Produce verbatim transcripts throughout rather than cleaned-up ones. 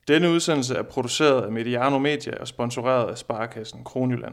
Denne udsendelse er produceret af Mediano Media og sponsoreret af Sparekassen Kronjylland.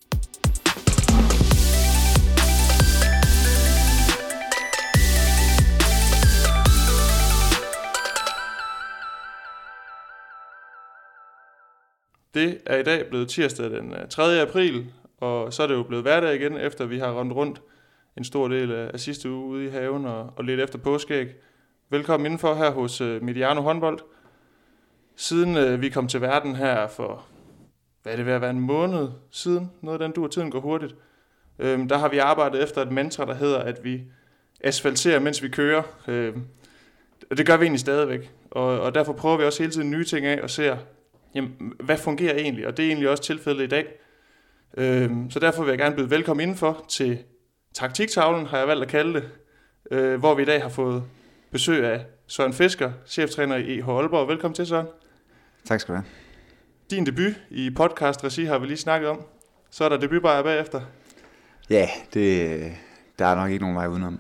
Det er i dag blevet tirsdag den tredje april, og så er det jo blevet hverdag igen, efter vi har rundt rundt en stor del af sidste uge ude i haven og, og lidt efter påskeæg. Velkommen indenfor her hos Mediano Håndbold. Siden øh, vi kom til verden her for, hvad er det ved at være en måned siden, noget af den dur, tiden går hurtigt, øhm, der har vi arbejdet efter et mantra, der hedder, at vi asfalterer, mens vi kører. Øhm, det gør vi egentlig stadigvæk, og, og derfor prøver vi også hele tiden nye ting af og ser, jamen, hvad fungerer egentlig, og det er egentlig også tilfældet i dag. Øhm, så derfor vil jeg gerne byde velkommen indenfor til taktiktavlen, har jeg valgt at kalde det, øh, hvor vi i dag har fået besøg af Søren Fisker, cheftræner i E H Aalborg. Velkommen til, Søren. Tak skal du have. Din debut i podcast-regi har vi lige snakket om. Så er der debutbajer bagefter. Ja, det, der er nok ikke nogen vej udenom.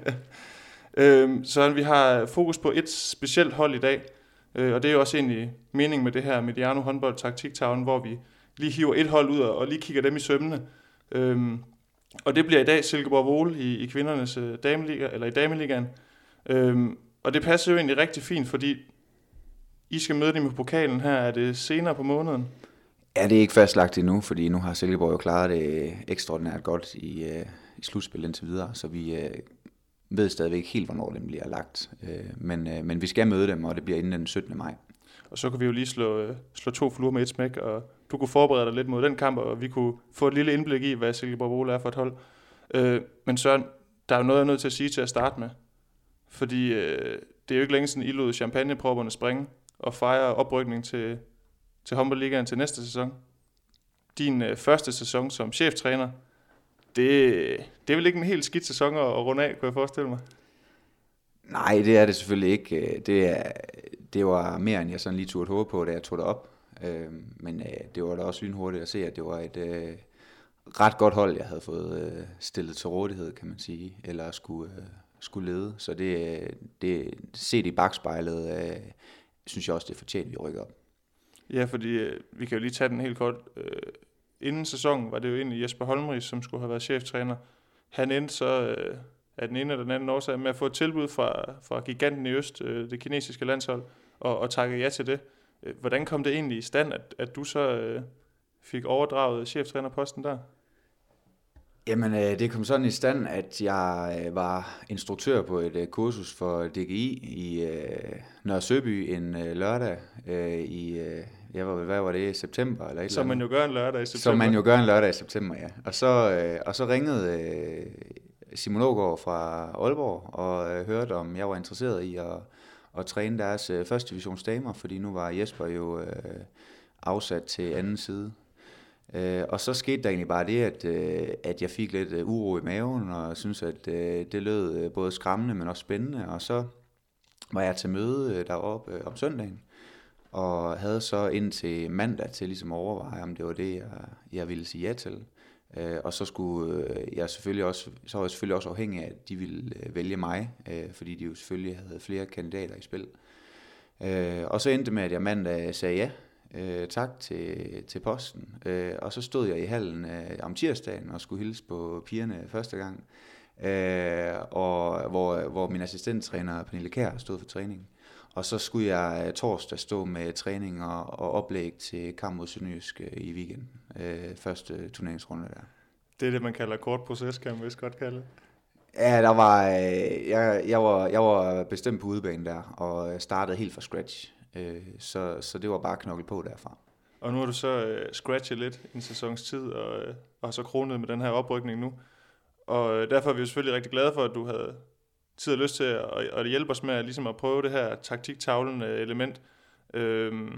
øhm, Søren, vi har fokus på et specielt hold i dag, øh, og det er jo også egentlig meningen med det her Mediano Håndbold taktiktavlen, hvor vi lige hiver et hold ud og lige kigger dem i sømmene. Øhm, og det bliver i dag Silkeborg Vol i, i kvindernes øh, dameliga, eller i dameligaen. Øhm, og det passer jo egentlig rigtig fint, fordi I skal møde dem i pokalen her. Er det senere på måneden? Ja, det er ikke fastlagt endnu, fordi nu har Silkeborg jo klaret det ekstraordinært godt i, øh, i slutspil indtil videre, så vi øh, ved stadigvæk ikke helt, hvornår den bliver lagt. Øh, men, øh, men vi skal møde dem, og det bliver inden den syttende maj. Og så kan vi jo lige slå, øh, slå to fluer med et smæk, og du kunne forberede dig lidt mod den kamp, og vi kunne få et lille indblik i, hvad Silkeborg Vol er for et hold. Øh, men Søren, der er jo noget, jeg er nødt til at sige til at starte med. Fordi øh, det er jo ikke længe siden, I lod champagnepropperne springe og fejre oprykning til, til håndboldligaen til næste sæson. Din øh, første sæson som cheftræner, det, det er vel ikke en helt skidt sæson at, at runde af, kunne jeg forestille mig? Nej, det er det selvfølgelig ikke. Det, er, det var mere, end jeg sådan lige turde håbe på, da jeg tog det op. Øh, men øh, det var da også lynhurtigt at se, at det var et øh, ret godt hold, jeg havde fået øh, stillet til rådighed, kan man sige, eller skulle... Øh, skulle lede, så det, det set i bagspejlet, øh, synes jeg også, det er fortjent, vi rykker op. Ja, fordi øh, vi kan jo lige tage den helt kort. Øh, inden sæsonen var det jo egentlig Jesper Holmris, som skulle have været cheftræner. Han endte så øh, af den ene eller den anden årsag med at få et tilbud fra, fra giganten i øst, øh, det kinesiske landshold, og, og takke ja til det. Øh, hvordan kom det egentlig i stand, at, at du så øh, fik overdraget cheftrænerposten der? Jamen, det kom sådan i stand, at jeg var instruktør på et kursus for D G I i Nørre Søby en lørdag i, jeg var, hvad var det, september eller et Som man jo gør en lørdag i september. Som man jo gør en lørdag i september, ja. Og så, og så ringede Simon Aagaard fra Aalborg og hørte, om jeg var interesseret i at, at træne deres første divisions damer, fordi nu var Jesper jo afsat til anden side. Uh, og så skete der egentlig bare det, at, uh, at jeg fik lidt uh, uro i maven, og synes at uh, det lød uh, både skræmmende, men også spændende. Og så var jeg til møde uh, deroppe uh, om søndagen, og havde så indtil mandag til ligesom at overveje, om det var det, jeg, jeg ville sige ja til. Uh, og så skulle uh, jeg selvfølgelig også, så var jeg selvfølgelig også afhængig af, at de ville uh, vælge mig, uh, fordi de jo selvfølgelig havde flere kandidater i spil. Uh, og så endte med, at jeg mandag sagde ja. Øh, tak til, til posten. Øh, og så stod jeg i hallen øh, om tirsdagen og skulle hilse på pigerne første gang, øh, og hvor, hvor min assistenttræner Pernille Kjær stod for træningen. Og så skulle jeg torsdag stå med træning og, og oplæg til kamp mod Sønderjysk øh, i weekenden. Øh, første turneringsrunde der. Det er det, man kalder kort proces, kan man vist godt kalde det. Ja, der var, øh, jeg, jeg, var, jeg var bestemt på udebane der, og startede helt fra scratch. Så, så det var bare knokle på derfra. Og nu har du så uh, scratchet lidt en sæsons tid, og, uh, og har så kronet med den her oprykning nu. Og uh, derfor er vi jo selvfølgelig rigtig glade for, at du havde tid og lyst til at, at, at hjælpe os med at, ligesom at prøve det her taktiktavlen uh, element. Øhm,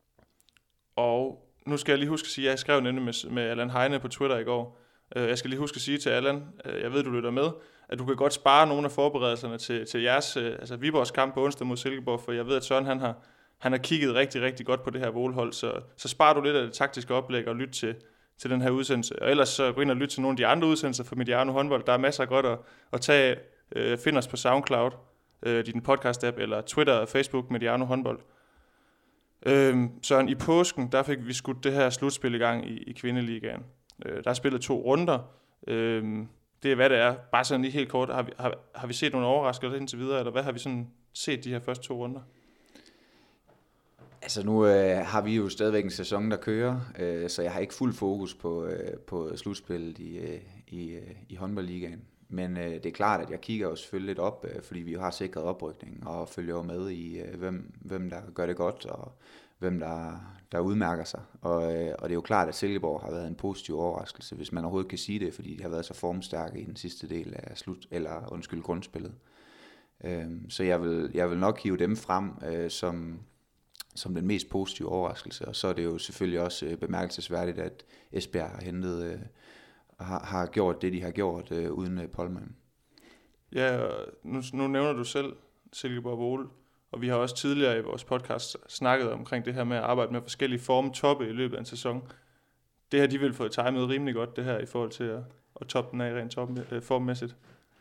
og nu skal jeg lige huske at sige, at jeg skrev nemlig med, med Allan Heine på Twitter i går. Uh, jeg skal lige huske at sige til Allan, uh, jeg ved, du lytter med, at du kan godt spare nogle af forberedelserne til, til jeres, uh, altså Viborgs kamp på onsdag mod Silkeborg, for jeg ved, at Søren han har Han har kigget rigtig, rigtig godt på det her Volhold, så, så sparer du lidt af det taktiske oplæg og lyt til, til den her udsendelse. Og ellers så gå ind og lyt til nogle af de andre udsendelser fra Mediano Håndbold. Der er masser af godt at, at tage. Øh, find os på SoundCloud, øh, din podcast-app, eller Twitter og Facebook Mediano Håndbold. Øhm, Søren, i påsken, der fik vi skudt det her slutspil i gang i, i Kvindeligaen. Øh, der er spillet to runder. Øhm, det er, hvad det er. Bare sådan lige helt kort. Har vi, har, har vi set nogle overraskelser indtil videre, eller hvad har vi sådan set de her første to runder? Altså nu øh, har vi jo stadigvæk en sæson, der kører, øh, så jeg har ikke fuld fokus på, øh, på slutspillet i, øh, i, øh, i håndboldligaen. Men øh, det er klart, at jeg kigger jo selvfølgelig lidt op, øh, fordi vi jo har sikret oprykning og følger jo med i, øh, hvem, hvem der gør det godt og hvem der, der udmærker sig. Og, øh, og det er jo klart, at Silkeborg har været en positiv overraskelse, hvis man overhovedet kan sige det, fordi de har været så formstærke i den sidste del af slut, eller undskyld, grundspillet. Øh, så jeg vil, jeg vil nok hive dem frem øh, som... som den mest positive overraskelse, og så er det jo selvfølgelig også øh, bemærkelsesværdigt, at Esbjerg har hentet, øh, har, har gjort det, de har gjort, øh, uden øh, Polman. Ja, nu, nu nævner du selv Silkeborg Vole, og vi har også tidligere i vores podcast snakket omkring det her med at arbejde med forskellige formtoppe i løbet af en sæson. Det her, de vil få timet rimelig godt, det her, i forhold til at, at toppe den af rent top, øh, formmæssigt.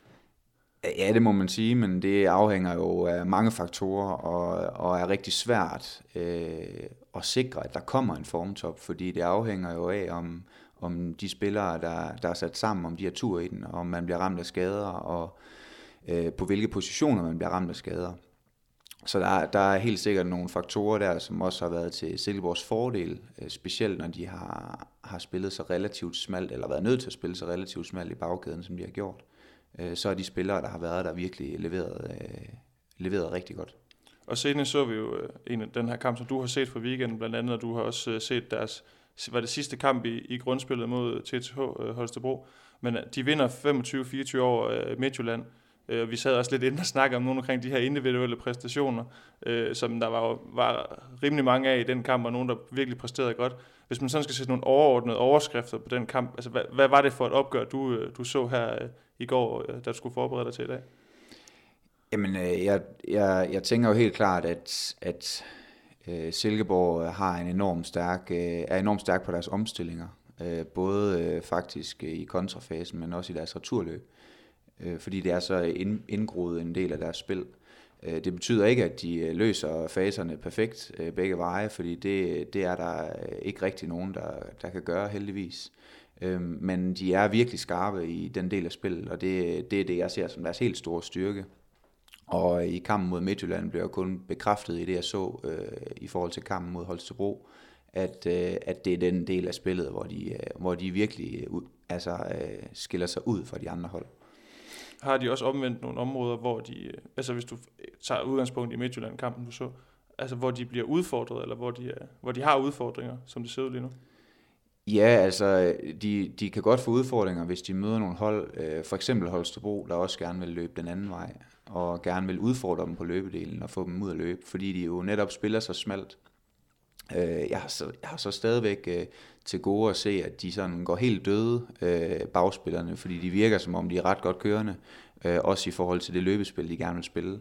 Ja, det må man sige, men det afhænger jo af mange faktorer, og, og er rigtig svært øh, at sikre, at der kommer en formtop, fordi det afhænger jo af, om, om de spillere, der, der er sat sammen, om de har tur i den, og om man bliver ramt af skader, og øh, på hvilke positioner man bliver ramt af skader. Så der, der er helt sikkert nogle faktorer der, som også har været til Silkeborgs fordel, øh, specielt når de har, har spillet så relativt smalt, eller været nødt til at spille så relativt smalt i bagkæden, som de har gjort. Så er de spillere, der har været der, virkelig leveret, øh, leveret rigtig godt. Og senest så vi jo øh, en af den her kamp, som du har set for weekenden, blandt andet, og du har også øh, set deres, var det sidste kamp i, i grundspillet mod T T H øh, Holstebro, men de vinder femogtyve fireogtyve over øh, Midtjylland, øh, og vi sad også lidt inde og snakkede om nogle omkring de her individuelle præstationer, øh, som der var, var rimelig mange af i den kamp, og nogen, der virkelig præsterede godt. Hvis man sådan skal sætte nogle overordnede overskrifter på den kamp, altså hvad, hvad var det for et opgør, du, du så her øh, i går, da du skulle forberede dig til i dag? Jamen, øh, jeg, jeg, jeg tænker jo helt klart, at, at øh, Silkeborg har en enorm stærk, øh, er enormt stærk på deres omstillinger. Øh, både øh, faktisk i kontrafasen, men også i deres returløb. Øh, fordi det er så ind, indgroet en del af deres spil. Øh, det betyder ikke, at de løser faserne perfekt øh, begge veje, fordi det, det er der ikke rigtig nogen, der, der kan gøre heldigvis. Men de er virkelig skarpe i den del af spillet, og det, det er det, jeg ser som deres helt store styrke. Og i kampen mod Midtjylland blev jeg kun bekræftet i det, jeg så øh, i forhold til kampen mod Holstebro, at, øh, at det er den del af spillet, hvor de, øh, hvor de virkelig øh, altså, øh, skiller sig ud fra de andre hold. Har de også omvendt nogle områder, hvor de, altså hvis du tager udgangspunkt i Midtjylland-kampen, du så, altså hvor de bliver udfordret, eller hvor de, hvor de har udfordringer, som det ser ud lige nu? Ja, altså, de, de kan godt få udfordringer, hvis de møder nogle hold, øh, for eksempel Holstebro, der også gerne vil løbe den anden vej, og gerne vil udfordre dem på løbedelen og få dem ud at løbe, fordi de jo netop spiller så smalt. Øh, jeg, har så, jeg har så stadigvæk øh, til gode at se, at de sådan går helt døde, øh, bagspillerne, fordi de virker som om de er ret godt kørende, øh, også i forhold til det løbespil, de gerne vil spille.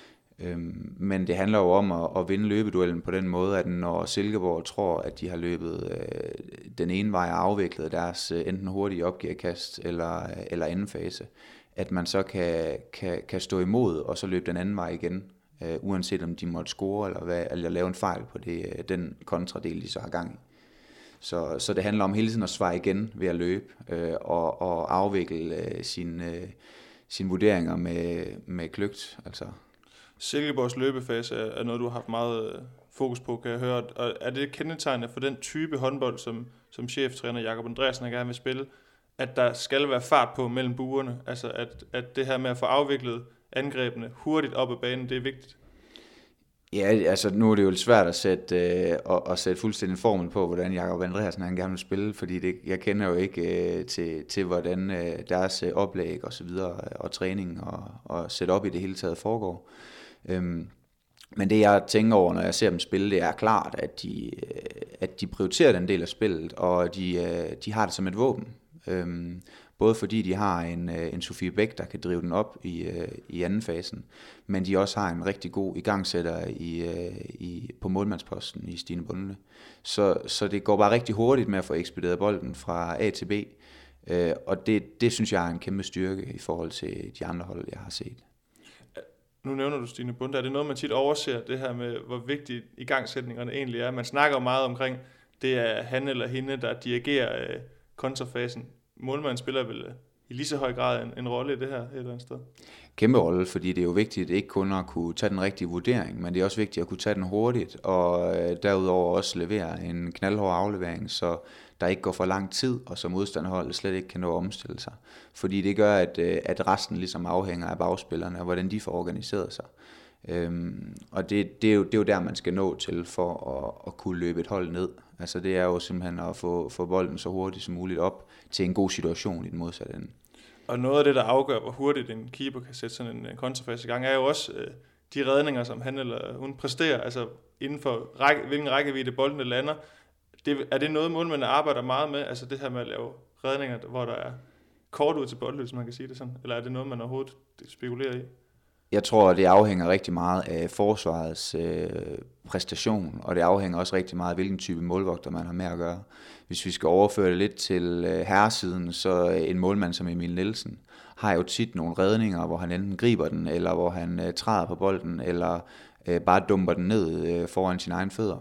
Men det handler jo om at, at vinde løbeduellen på den måde, at når Silkeborg tror, at de har løbet øh, den ene vej og afviklet deres øh, enten hurtige opgearkast eller, eller anden fase, at man så kan, kan, kan stå imod og så løbe den anden vej igen, øh, uanset om de måtte score eller, hvad, eller lave en fejl på det, den kontradel, de så har gang i. Så, så det handler om hele tiden at svare igen ved at løbe øh, og, og afvikle øh, sine øh, sin vurderinger med, med kløgt, altså. Silkeborgs løbefase er noget, du har haft meget fokus på, kan jeg høre. Og er det kendetegnende for den type håndbold, som, som cheftræner Jakob Andreasen gerne vil spille, at der skal være fart på mellem buerne? Altså at, at det her med at få afviklet angrebene hurtigt op ad banen, det er vigtigt? Ja, altså nu er det jo lidt svært at sætte, øh, at, at sætte fuldstændig formel på, hvordan Jakob Andreasen han gerne vil spille, fordi det, jeg kender jo ikke øh, til, til, hvordan øh, deres øh, oplæg og så videre, og træning og, og setup i det hele taget foregår. Øhm, men det jeg tænker over, når jeg ser dem spille, det er klart, at de, at de prioriterer den del af spillet, og de, de har det som et våben. Øhm, både fordi de har en, en Sofie Bæk, der kan drive den op i, i anden fasen, men de også har en rigtig god igangsætter i, i, på målmandsposten i Stine Bundle. Så, så det går bare rigtig hurtigt med at få ekspederet bolden fra A til B, øh, og det, det synes jeg er en kæmpe styrke i forhold til de andre hold, jeg har set. Nu nævner du Stine Bonde. Er det noget, man tit overser, det her med, hvor vigtigt igangsætningerne egentlig er? Man snakker meget omkring, det er han eller hende, der dirigerer øh, kontrafasen. Målmanden spiller vel øh, i lige så høj grad en, en rolle i det her et eller andet sted? Kæmpe rolle, fordi det er jo vigtigt ikke kun at kunne tage den rigtige vurdering, men det er også vigtigt at kunne tage den hurtigt, og øh, derudover også levere en knaldhård aflevering, så der ikke går for lang tid, og så modstanderholdet slet ikke kan nå at omstille sig. Fordi det gør, at, øh, at resten ligesom afhænger af bagspillerne, og hvordan de får organiseret sig. Øhm, og det, det, er jo, det er jo der, man skal nå til for at, at kunne løbe et hold ned. Altså det er jo simpelthen at få, få bolden så hurtigt som muligt op til en god situation i den modsatte ende. Og noget af det, der afgør, hvor hurtigt en keeper kan sætte sådan en kontrafase i gang, er jo også øh, de redninger, som han eller hun præsterer, altså inden for række, hvilken rækkevidde bolden lander. Det, er det noget, målmændene arbejder meget med, altså det her med at lave redninger, hvor der er kort ud til bolden, hvis man kan sige det sådan? Eller er det noget, man overhovedet spekulerer i? Jeg tror, det afhænger rigtig meget af forsvarets øh, præstation, og det afhænger også rigtig meget af, hvilken type målvogter man har med at gøre. Hvis vi skal overføre det lidt til øh, herresiden, så en målmand som Emil Nielsen har jo tit nogle redninger, hvor han enten griber den, eller hvor han øh, træder på bolden, eller øh, bare dumper den ned øh, foran sine egne fødder.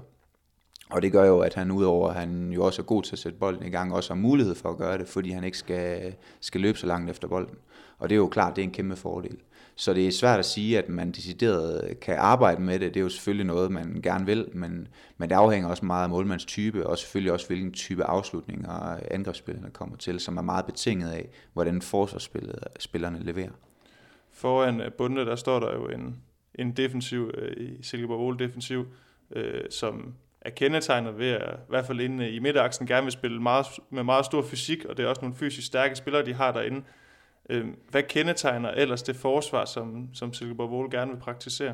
Og det gør jo, at han udover, at han jo også er god til at sætte bolden i gang, også har mulighed for at gøre det, fordi han ikke skal, skal løbe så langt efter bolden. Og det er jo klart, det er en kæmpe fordel. Så det er svært at sige, at man decideret kan arbejde med det. Det er jo selvfølgelig noget, man gerne vil, men, men det afhænger også meget af målmands type, og selvfølgelig også, hvilken type afslutninger angrebsspillerne kommer til, som er meget betinget af, hvordan forsvarsspillerne leverer. Foran Bonde, der står der jo en, en defensiv, i Silkeborg Ole defensiv, øh, som er kendetegnet ved at, i hvert fald inde i midteraksen, gerne vil spille meget, med meget stor fysik, og det er også nogle fysisk stærke spillere, de har derinde. Hvad kendetegner ellers det forsvar, som, som Silkeborg Ole gerne vil praktisere?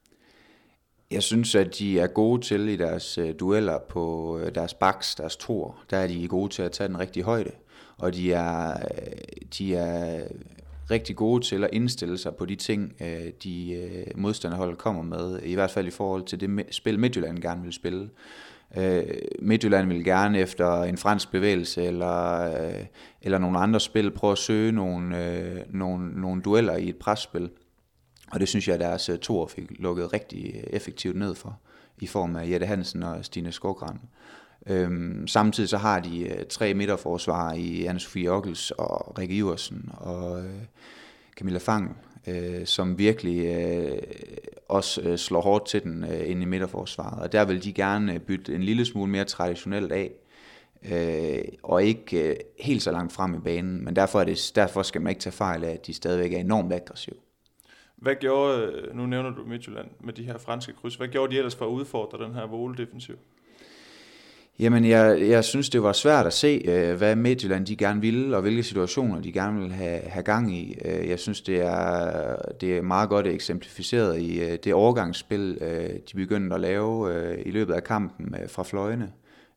Jeg synes, at de er gode til i deres dueller på deres backs, deres tor. Der er de gode til at tage den rigtige højde, og de er, de er rigtig gode til at indstille sig på de ting, de modstanderholdet kommer med, i hvert fald i forhold til det spil, Midtjylland gerne vil spille. Midtjylland vil gerne efter en fransk bevægelse eller, eller nogle andre spil prøve at søge nogle, nogle, nogle dueller i et presspil. Og det synes jeg, at deres toer fik lukket rigtig effektivt ned for, i form af Jette Hansen og Stine Skovgran. Øhm, samtidig så har de øh, tre midterforsvarer i Anne-Sophie Ockels og Rikke Iversen og øh, Camilla Fang, øh, som virkelig øh, også øh, slår hårdt til den øh, inde i midterforsvaret. Og der vil de gerne bytte en lille smule mere traditionelt af, øh, og ikke øh, helt så langt frem i banen. Men derfor, er det, derfor skal man ikke tage fejl af, at de stadigvæk er enormt aggressive. Hvad gjorde, nu nævner du Midtjylland med de her franske kryds, hvad gjorde de ellers for at udfordre den her Vole-defensiv? Jamen, jeg, jeg synes, det var svært at se, hvad Midtjylland de gerne ville, og hvilke situationer de gerne ville have, have gang i. Jeg synes, det er, det er meget godt eksemplificeret i det overgangsspil, de begyndte at lave i løbet af kampen fra fløjene,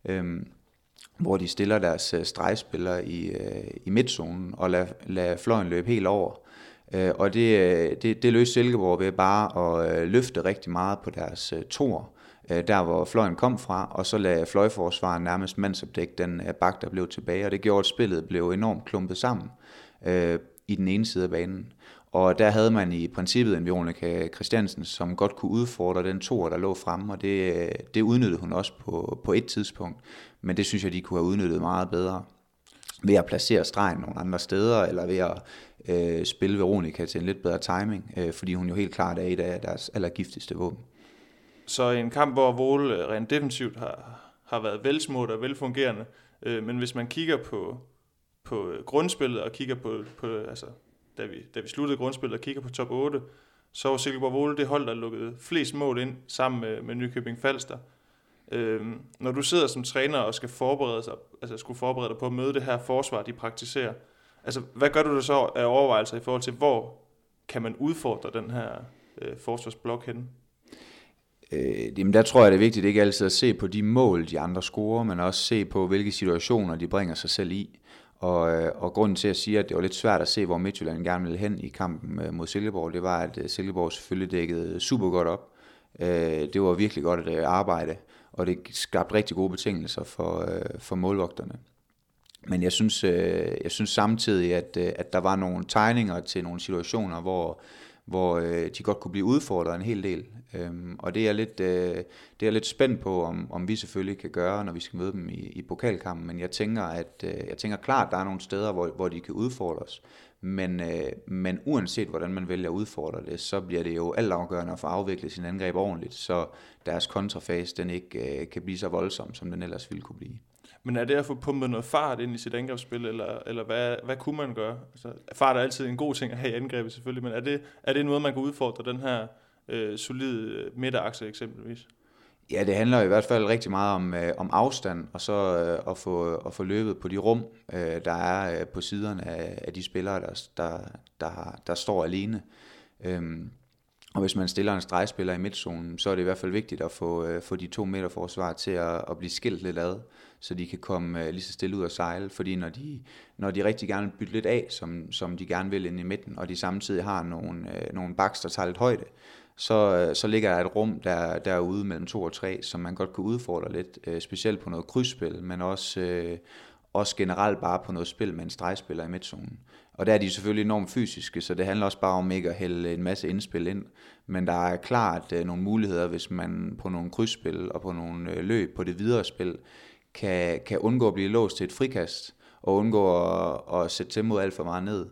hvor de stiller deres stregspillere i, i midtzonen og lader, lader fløjen løbe helt over. Og det, det, det løste Silkeborg ved bare at løfte rigtig meget på deres tor, der hvor fløjen kom fra, og så lagde fløjforsvaren nærmest mandsopdække den bak, der blev tilbage, og det gjorde, at spillet blev enormt klumpet sammen øh, i den ene side af banen. Og der havde man i princippet en Veronica Christiansen, som godt kunne udfordre den toer, der lå fremme, og det, det udnyttede hun også på, på et tidspunkt, men det synes jeg, de kunne have udnyttet meget bedre ved at placere stregen nogle andre steder, eller ved at øh, spille Veronica til en lidt bedre timing, øh, fordi hun jo helt klart er et af deres allergiftigste våben. Så en kamp, hvor Vole rent defensivt har, har været velsmurt og velfungerende, øh, men hvis man kigger på, på grundspillet og kigger på, på altså, da vi, da vi sluttede grundspillet og kigger på top otte, så var Silkeborg Vole det hold, der lukkede flest mål ind sammen med, med Nykøbing Falster. Øh, når du sidder som træner og skal forberede sig, altså skulle forberede dig på at møde det her forsvar, de praktiserer, altså hvad gør du da så af overvejelser i forhold til, hvor kan man udfordre den her øh, forsvarsblok henne? Øh, jamen der tror jeg, det er vigtigt ikke altid at se på de mål, de andre scorer, men også se på, hvilke situationer de bringer sig selv i. Og, og grunden til at sige, at det var lidt svært at se, hvor Midtjylland gerne ville hen i kampen mod Silkeborg, det var, at Silkeborg selvfølgelig dækkede super godt op. Øh, det var virkelig godt at arbejde, og det skabte rigtig gode betingelser for, for målvogterne. Men jeg synes, jeg synes samtidig, at, at der var nogle tegninger til nogle situationer, hvor hvor øh, de godt kunne blive udfordret en hel del. Øhm, og det er lidt, øh, det er jeg lidt spændt på, om, om vi selvfølgelig kan gøre, når vi skal møde dem i, i pokalkampen. Men jeg tænker, at øh, jeg tænker klart, at der er nogle steder, hvor, hvor de kan udfordre os. Men, øh, men uanset hvordan man vælger at udfordre det, så bliver det jo altafgørende at få afviklet sin angreb ordentligt, så deres kontrafase den ikke øh, kan blive så voldsom, som den ellers ville kunne blive. Men er det at få pumpet noget fart ind i sit angrebsspil, eller, eller hvad, hvad kunne man gøre? Altså, fart er altid en god ting at have i angrebet selvfølgelig, men er det, er det noget, man kan udfordre den her øh, solide midterakse eksempelvis? Ja, det handler i hvert fald rigtig meget om, øh, om afstand, og så øh, at, få, at få løbet på de rum, øh, der er øh, på siderne af, af de spillere, der, der, der, der står alene. Øhm, og hvis man stiller en stregspiller i midtzonen, så er det i hvert fald vigtigt at få, øh, få de to meter forsvar til at, at blive skilt lidt ad, så de kan komme øh, lige så stille ud og sejle, fordi når de, når de rigtig gerne vil bytte lidt af, som, som de gerne vil inde i midten, og de samtidig har nogle, øh, nogle backs, der tager lidt højde, så, så ligger der et rum der, derude mellem to og tre, som man godt kan udfordre lidt, øh, specielt på noget krydsspil, men også, øh, også generelt bare på noget spil med en stregspiller i midtzonen. Og der er de selvfølgelig enormt fysiske, så det handler også bare om ikke at hælde en masse indspil ind, men der er klart øh, nogle muligheder, hvis man på nogle krydsspil og på nogle øh, løb på det videre spil, kan, kan undgå at blive låst til et frikast, og undgå at, at sætte tempoet alt for meget ned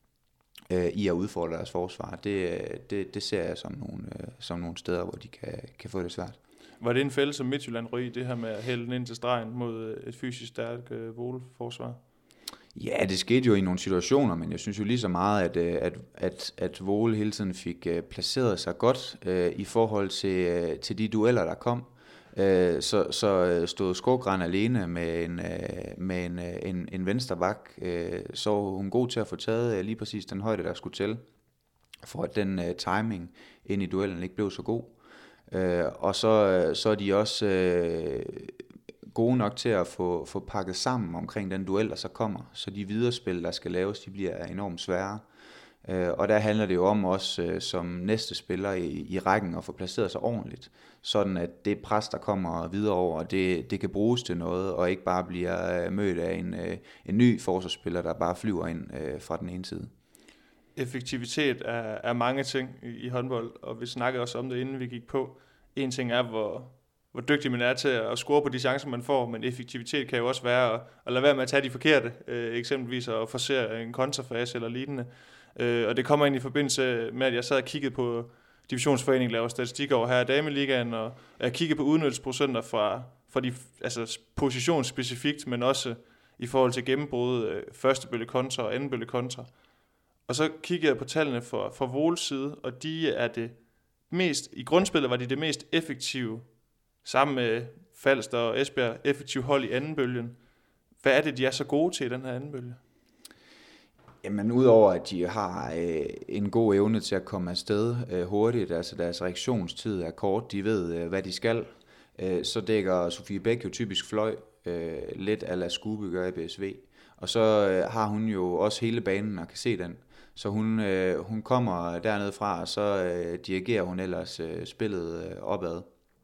øh, i at udfordre deres forsvar. Det, det, det ser jeg som nogle, øh, som nogle steder, hvor de kan, kan få det svært. Var det en fælde, som Midtjylland røg i, det her med at hælde den ind til stregen mod et fysisk stærkt øh, Vole-forsvar? Ja, det skete jo i nogle situationer, men jeg synes jo lige så meget, at, at, at, at Vole hele tiden fik placeret sig godt øh, i forhold til, til de dueller, der kom. Øh, så, så stod Skogran alene med en, med en, en, en venstre bak, øh, så hun god til at få taget lige præcis den højde, der skulle til, for at den uh, timing ind i duellen ikke blev så god. Øh, og så, så er de også øh, gode nok til at få, få pakket sammen omkring den duel, der så kommer, så de viderespil, der skal laves, de bliver enormt svære. Øh, og der handler det jo om også øh, som næste spiller i, i rækken at få placeret sig ordentligt, sådan at det pres, der kommer videre over, det, det kan bruges til noget, og ikke bare bliver øh, mødt af en, øh, en ny forsvarsspiller, der bare flyver ind øh, fra den ene side. Effektivitet er, er mange ting i, i håndbold, og vi snakkede også om det, inden vi gik på. En ting er, hvor, hvor dygtig man er til at score på de chancer, man får, men effektivitet kan jo også være at, at lade være med at tage de forkerte, øh, eksempelvis at forsere en kontrafase eller lignende. Øh, og det kommer ind i forbindelse med, at jeg sad og kiggede på Divisionsforeningen, laver statistik over her i Dameligaen, og jeg kiggede på udnyttelsesprocenter fra, fra de altså positionsspecifikt, men også i forhold til gennembrud, øh, første bølge kontra og anden bølge kontra. Og så kiggede jeg på tallene fra, fra Voles side, og de er det mest, i grundspillet var de det mest effektive, sammen med Falster og Esbjerg, effektive hold i anden bølgen. Hvad er det, de er så gode til i den her anden bølge? Jamen, udover at de har øh, en god evne til at komme afsted øh, hurtigt, altså deres reaktionstid er kort, de ved, øh, hvad de skal, øh, så dækker Sofie Bæk jo typisk fløj, øh, lidt a la Skube gør i B S V. Og så øh, har hun jo også hele banen og kan se den. Så hun, øh, hun kommer dernede fra, og så øh, dirigerer hun ellers øh, spillet øh, opad.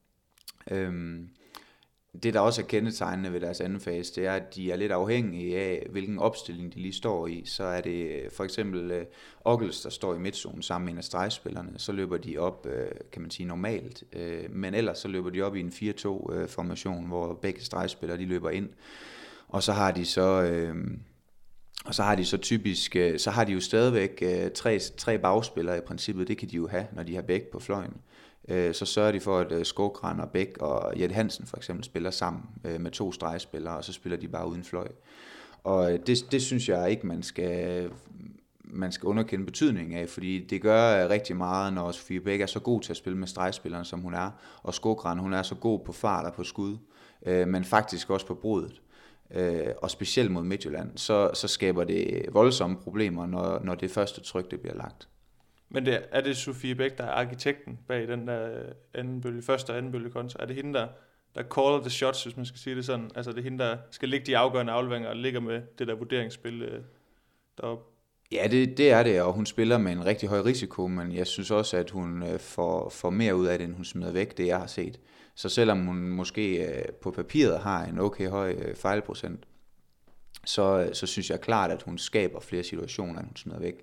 Øhm, det, der også er kendetegnende ved deres anden fase, det er, at de er lidt afhængige af, hvilken opstilling de lige står i. Så er det for eksempel øh, Ockels, der står i midtzonen sammen med en af stregspillerne. Så løber de op, øh, kan man sige, normalt. Øh, men ellers så løber de op i en fire to formation, hvor begge stregspillere de løber ind. Og så har de så... Øh, Og så har de så typisk, så har de jo stadigvæk tre, tre bagspillere i princippet, det kan de jo have, når de har Bæk på fløjen. Så sørger de for, at Skogran og Bæk og Jette Hansen for eksempel spiller sammen med to stregspillere, og så spiller de bare uden fløj. Og det, det synes jeg ikke, man skal, man skal underkende betydningen af, fordi det gør rigtig meget, når Sofie Bæk er så god til at spille med stregspilleren, som hun er, og Skogran, hun er så god på fart og på skud, men faktisk også på brudet. Øh, og specielt mod Midtjylland, så, så skaber det voldsomme problemer, når, når det første tryk det bliver lagt. Men det, er det Sofie Bæk, der er arkitekten bag den der anden bølge, første og anden bølge kontra? Er det hende, der, der caller the shots, hvis man skal sige det sådan? Altså det er hende, der skal ligge de afgørende afleveringer og ligger med det der vurderingsspil øh, deroppe? Ja, det, det er det, og hun spiller med en rigtig høj risiko, men jeg synes også, at hun får, får mere ud af det, end hun smider væk, det jeg har set. Så selvom hun måske på papiret har en okay høj fejlprocent, så, så synes jeg klart, at hun skaber flere situationer, end hun smider væk.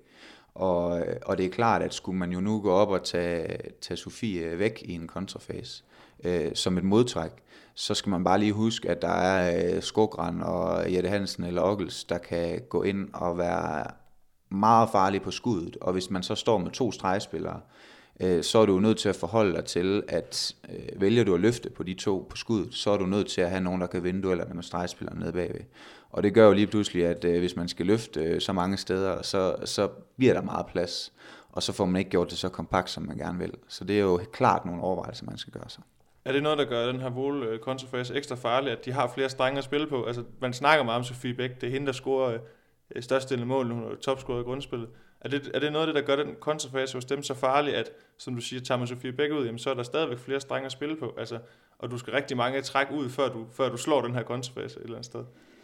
Og, og det er klart, at skulle man jo nu gå op og tage, tage Sofie væk i en kontrafase øh, som et modtræk, så skal man bare lige huske, at der er øh, Skogran og Jette Hansen eller Ockels, der kan gå ind og være meget farlige på skuddet. Og hvis man så står med to stregspillere, øh, så er du nødt til at forholde dig til, at øh, vælger du at løfte på de to på skuddet, så er du nødt til at have nogen, der kan vinde duellerne med stregspillerne nede bagved. Og det gør jo lige pludselig, at øh, hvis man skal løfte øh, så mange steder, så, så bliver der meget plads. Og så får man ikke gjort det så kompakt, som man gerne vil. Så det er jo klart nogle overvejelser, man skal gøre sig. Er det noget, der gør den her Vole kontrafase ekstra farlig, at de har flere strenge at spille på? Altså, man snakker meget om Sofie Bæk, det er hende, der scorer øh, størstedelen af målene, hun er topscorer i grundspillet. Er det, er det noget af det, der gør den kontrafase hos dem så farlig, at, som du siger, tager man Sofie Bæk ud, jamen, så er der stadigvæk flere strenge at spille på, altså, og du skal rigtig mange træk ud, før du, før du slår den her kontrafase et eller andet sted?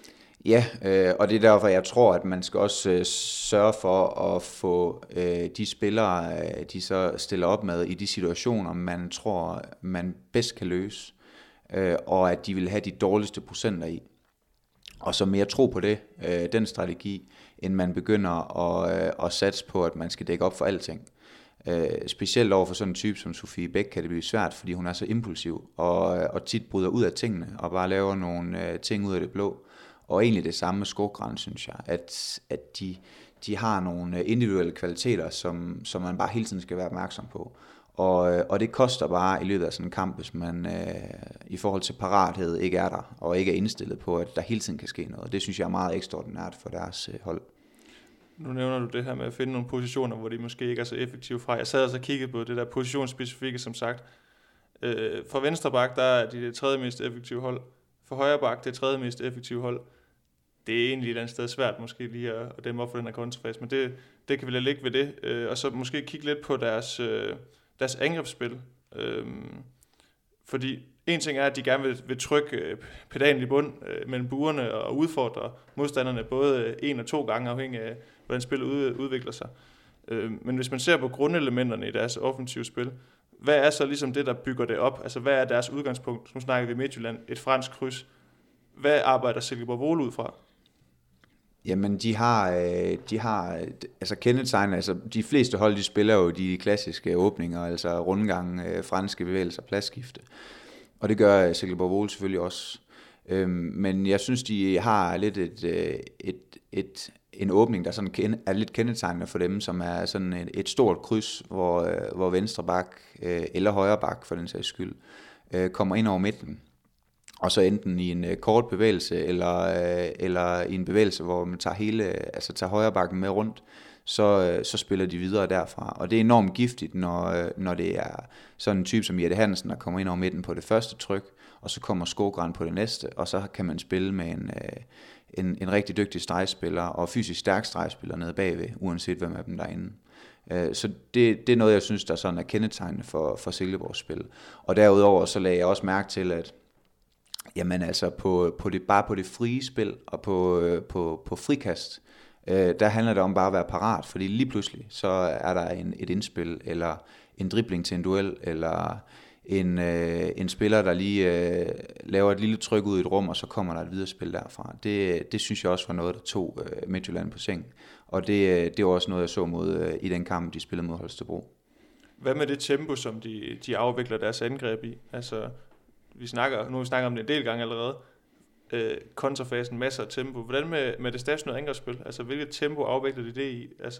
Ja, øh, og det er derfor, jeg tror, at man skal også øh, sørge for at få øh, de spillere, øh, de så stiller op med i de situationer, man tror, man bedst kan løse, øh, og at de vil have de dårligste procenter i. Og så mere tro på det, øh, den strategi, end man begynder at, øh, at satse på, at man skal dække op for alting. Øh, specielt over for sådan en type som Sofie Bæk kan det blive svært, fordi hun er så impulsiv, og, og tit bryder ud af tingene, og bare laver nogle øh, ting ud af det blå. Og egentlig det samme med Skogran, synes jeg, at, at de, de har nogle individuelle kvaliteter, som, som man bare hele tiden skal være opmærksom på. Og, og det koster bare i løbet af sådan en kamp, hvis man øh, i forhold til parathed ikke er der, og ikke er indstillet på, at der hele tiden kan ske noget. Det synes jeg er meget ekstraordinært for deres øh, hold. Nu nævner du det her med at finde nogle positioner, hvor de måske ikke er så effektive fra. Jeg sad altså og kiggede på det der positionsspecifikke, som sagt. Øh, for venstre bak, der er de det tredje mest effektive hold. For højre bak, det tredje mest effektive hold. Det er egentlig et andet sted svært måske lige at, at dæmme op for den her kontrafase, men det, det kan vi lade ligge ved det. Øh, og så måske kigge lidt på deres, øh, deres angrebsspil. Øh, fordi en ting er, at de gerne vil, vil trykke øh, pedalen i bund øh, mellem buerne og udfordre modstanderne både en og to gange, afhængig af, hvordan spillet ud, udvikler sig. Øh, men hvis man ser på grundelementerne i deres offensive spil, hvad er så ligesom det, der bygger det op? Altså, hvad er deres udgangspunkt? Nu snakker vi Midtjylland, et fransk kryds. Hvad arbejder Silkeborg Vole ud fra? Jamen, de har, de har altså kendetegn, altså de fleste hold, de spiller jo de klassiske åbninger, altså rundgange, franske bevægelser, pladsskifte. Og det gør Silkeborg Vole selvfølgelig også. Men jeg synes, de har lidt et, et, et, en åbning, der sådan er lidt kendetegnende for dem, som er sådan et, et stort kryds, hvor, hvor venstre bak, eller højre bak for den sags skyld, kommer ind over midten. Og så enten i en kort bevægelse, eller, eller i en bevægelse, hvor man tager hele, altså tager højre bakken med rundt, så, så spiller de videre derfra. Og det er enormt giftigt, når, når det er sådan en type som Jette Hansen, der kommer ind over midten på det første tryk, og så kommer Skogran på det næste, og så kan man spille med en, en, en rigtig dygtig stregspiller, og fysisk stærk stregspiller nede bagved, uanset hvem af dem der er inde. Så det, det er noget, jeg synes, der sådan er kendetegnende for, for Silkeborgs spil. Og derudover så lagde jeg også mærke til, at jamen altså på, på det, bare på det frie spil og på, på, på frikast, øh, der handler det om bare at være parat, fordi lige pludselig så er der en, et indspil, eller en dribling til en duel, eller en, øh, en spiller, der lige øh, laver et lille tryk ud i et rum, og så kommer der et videre spil derfra. Det, det synes jeg også var noget, der tog øh, Midtjylland på seng, og det, det var også noget, jeg så mod øh, i den kamp, de spillede mod Holstebro. Hvad med det tempo, som de, de afvikler deres angreb i? Altså, vi snakker, nu vi snakker om det en del gange allerede, øh, kontrafasen, masser af tempo. Hvordan med, med det stationære angrebsspil? Altså, hvilket tempo afvikler de det i? Altså...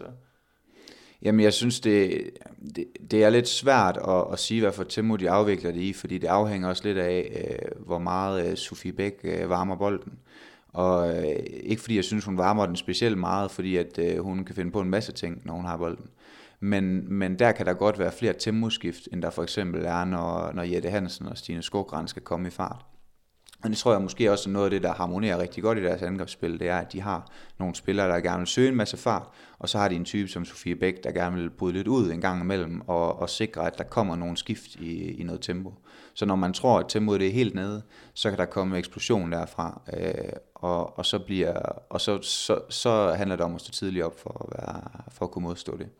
Jamen, jeg synes, det, det, det er lidt svært at, at sige, hvad for tempo de afvikler det i, fordi det afhænger også lidt af, øh, hvor meget øh, Sofie Bæk øh, varmer bolden. Og øh, ikke fordi jeg synes, hun varmer den specielt meget, fordi at øh, hun kan finde på en masse ting, når hun har bolden. Men, men der kan der godt være flere temposkift, end der for eksempel er, når, når Jette Hansen og Stine Skogran skal komme i fart. Og det tror jeg måske også er noget af det, der harmonerer rigtig godt i deres angrebsspil, det er, at de har nogle spillere, der gerne vil søge en masse fart, og så har de en type som Sofie Bæk, der gerne vil bryde lidt ud en gang imellem, og, og sikre, at der kommer nogle skift i, i noget tempo. Så når man tror, at tempoet er helt nede, så kan der komme en eksplosion derfra, øh, og, og, så, bliver, og så, så, så handler det om at stå tidligt op for at, være, for at kunne modstå det.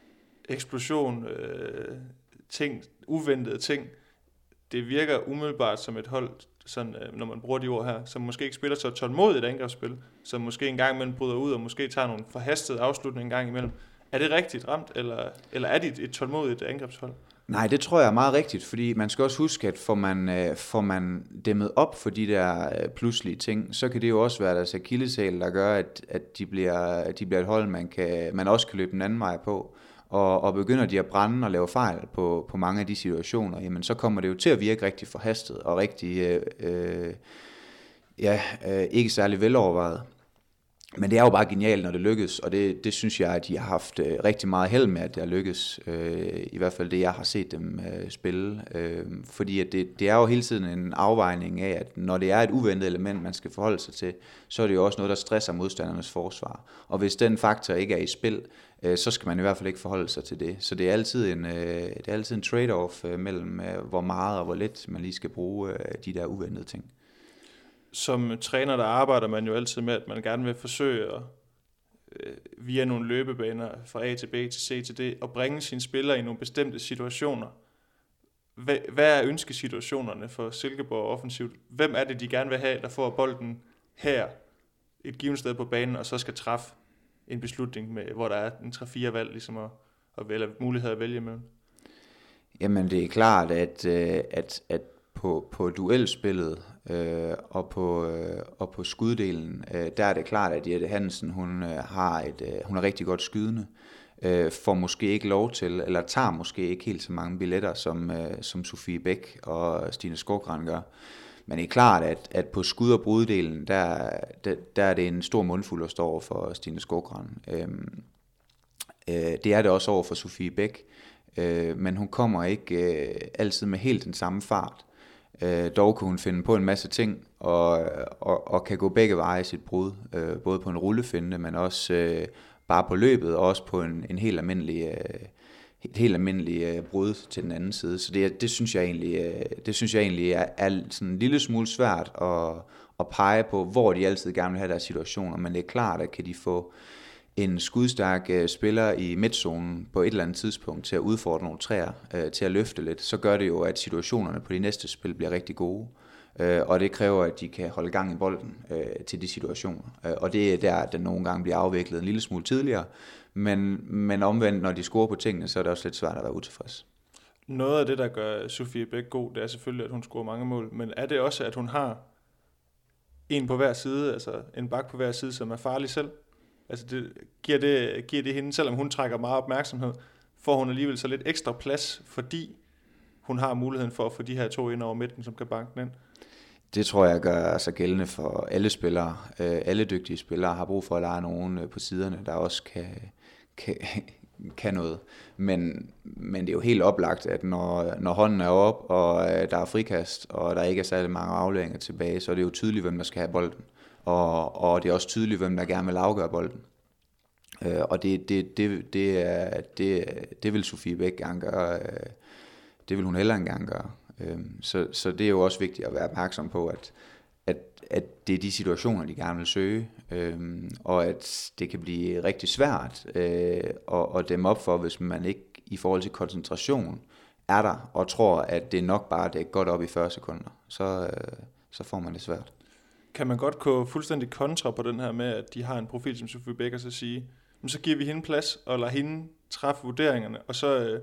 Eksplosion, øh, ting, uventede ting, det virker umiddelbart som et hold, sådan, øh, når man bruger de ord her, som måske ikke spiller så tålmodigt et angrebsspil, som måske en gang imellem bryder ud, og måske tager nogle forhastede afslutninger en gang imellem. Er det rigtigt ramt, eller, eller er det et, et tålmodigt angrebshold? Nej, det tror jeg er meget rigtigt, fordi man skal også huske, at får man, får man dæmmet op for de der pludselige ting, så kan det jo også være deres akilleshæl, der gør, at, at de, bliver, de bliver et hold, man, kan, man også kan løbe den anden vej på. Og, og begynder de at brænde og lave fejl på, på mange af de situationer, jamen så kommer det jo til at virke rigtig forhastet og rigtig øh, øh, ja, øh, ikke særlig velovervejet. Men det er jo bare genialt, når det lykkes, og det, det synes jeg, at de har haft øh, rigtig meget held med, at det har lykkes. Øh, I hvert fald det, jeg har set dem øh, spille. Øh, fordi at det, det er jo hele tiden en afvejning af, at når det er et uventet element, man skal forholde sig til, så er det jo også noget, der stresser modstandernes forsvar. Og hvis den faktor ikke er i spil, øh, så skal man i hvert fald ikke forholde sig til det. Så det er altid en, øh, det er altid en trade-off øh, mellem, øh, hvor meget og hvor lidt man lige skal bruge øh, de der uventede ting. Som træner, der arbejder man jo altid med, at man gerne vil forsøge at, øh, via nogle løbebaner fra A til B til C til D, og bringe sine spillere i nogle bestemte situationer. Hvad, hvad er ønskesituationerne for Silkeborg offensivt? Hvem er det, de gerne vil have, der får bolden her, et givet sted på banen, og så skal træffe en beslutning, med, hvor der er en tre fire valg, ligesom at, at vælge, mulighed at vælge mellem? Jamen det er klart, at, at, at på, på duelspillet øh, og, på, øh, og på skuddelen, øh, der er det klart, at Jette Hansen, hun, øh, har et, øh, hun er rigtig godt skydende, øh, får måske ikke lov til, eller tager måske ikke helt så mange billetter, som, øh, som Sofie Bæk og Stine Skogran gør. Men det er klart, at, at på skud- og bruddelen, der, der, der er det en stor mundfuld at stå over for Stine Skogran. Øh, øh, det er det også over for Sofie Bæk, øh, men hun kommer ikke øh, altid med helt den samme fart. Øh, dog kan hun finde på en masse ting, og, og, og kan gå begge veje i sit brud, øh, både på en rullefinte, men også øh, bare på løbet, og også på en, en helt almindelig, øh, et helt almindelig øh, brud til den anden side. Så det, det synes jeg egentlig, øh, det synes jeg egentlig er, er sådan en lille smule svært at, at pege på, hvor de altid gerne vil have deres situationer, men det er klart, at kan de få en skudstærk øh, spiller i midtzonen på et eller andet tidspunkt til at udfordre nogle træer, øh, til at løfte lidt, så gør det jo, at situationerne på de næste spil bliver rigtig gode. Øh, og det kræver, at de kan holde gang i bolden øh, til de situationer. Øh, og det er der, at den nogle gange bliver afviklet en lille smule tidligere. Men, men omvendt, når de scorer på tingene, så er det også lidt svært at være utilfreds. Noget af det, der gør Sofie Bæk god, det er selvfølgelig, at hun scorer mange mål. Men er det også, at hun har en på hver side, altså en bak på hver side, som er farlig selv? Altså det, giver, det, giver det hende, selvom hun trækker meget opmærksomhed, får hun alligevel så lidt ekstra plads, fordi hun har muligheden for at få de her to ind over midten, som kan banke den ind? Det tror jeg gør sig gældende for alle spillere. Alle dygtige spillere har brug for at lege nogen på siderne, der også kan, kan, kan noget. Men, men det er jo helt oplagt, at når, når hånden er op, og der er frikast, og der ikke er særlig mange afleveringer tilbage, så er det jo tydeligt, hvem der skal have bolden. Og, og det er også tydeligt, hvem der gerne vil afgøre bolden. Øh, og det, det, det, det, er, det, det vil Sofie Bæk gerne gøre. Det vil hun hellere gerne gøre. Øh, så, så det er jo også vigtigt at være opmærksom på, at, at, at det er de situationer, de gerne vil søge. Øh, og at det kan blive rigtig svært øh, at, at dæmme op for, hvis man ikke i forhold til koncentration er der, og tror, at det er nok bare det er godt op i fyrre sekunder. Så, øh, så får man det svært. Kan man godt gå fuldstændig kontra på den her med, at de har en profil som Sofie Bæk, og så sige, men så giver vi hende plads, og lader hende træffe vurderingerne, og så øh,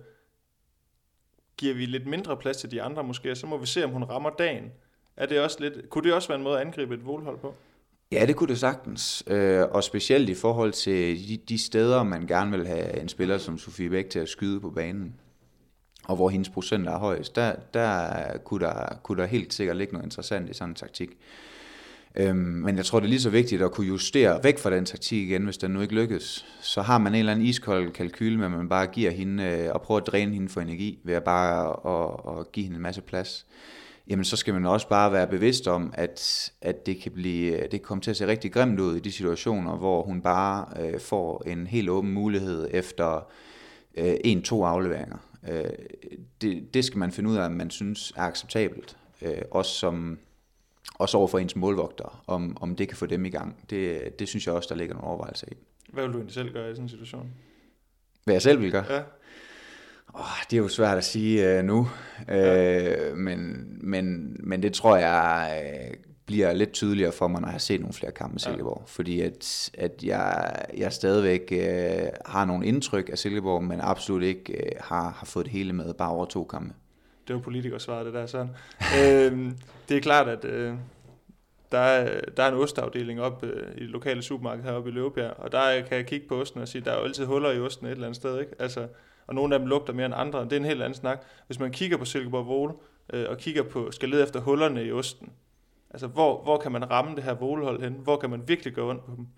giver vi lidt mindre plads til de andre måske, og så må vi se, om hun rammer dagen. Er det også lidt, kunne det også være en måde at angribe et målhold på? Ja, det kunne det sagtens, øh, og specielt i forhold til de, de steder, man gerne vil have en spiller som Sofie Bæk til at skyde på banen, og hvor hendes procent er højst, der, der, kunne der kunne der helt sikkert ligge noget interessant i sådan en taktik. Øhm, men jeg tror, det er lige så vigtigt at kunne justere væk fra den taktik igen, hvis den nu ikke lykkes. Så har man en eller anden iskold kalkyl med, at man bare giver hende øh, og prøver at dræne hende for energi ved at bare at, at give hende en masse plads. Jamen så skal man også bare være bevidst om, at, at det kan blive, det kan komme til at se rigtig grimt ud i de situationer, hvor hun bare øh, får en helt åben mulighed efter øh, en, to afleveringer. Øh, det, det skal man finde ud af, at man synes er acceptabelt. Øh, også som Også over for ens målvogter, om, om det kan få dem i gang. Det, det synes jeg også, der ligger nogle overvejelser i. Hvad vil du egentlig selv gøre i sådan en situation? Hvad jeg selv vil gøre? Ja. Oh, det er jo svært at sige uh, nu, ja. uh, men, men, men det tror jeg uh, bliver lidt tydeligere for mig, når jeg har set nogle flere kampe i Silkeborg. Ja. Fordi at, at jeg, jeg stadigvæk øh, har nogle indtryk af Silkeborg, men absolut ikke øh, har, har fået det hele med bare over to kampe. Det var politikersvaret, det der sådan. øhm, det er klart, at øh, der, er, der er en ostafdeling op øh, i det lokale supermarked heroppe i Løvebjerg, og der kan jeg kigge på osten og sige, at der er jo altid huller i osten et eller andet sted, ikke? Altså, og nogle af dem lugter mere end andre, det er en helt anden snak. Hvis man kigger på Silkeborg Vole, øh, og kigger på, skal lede efter hullerne i osten, altså hvor, hvor kan man ramme det her Volehold hen? Hvor kan man virkelig gå ondt på dem?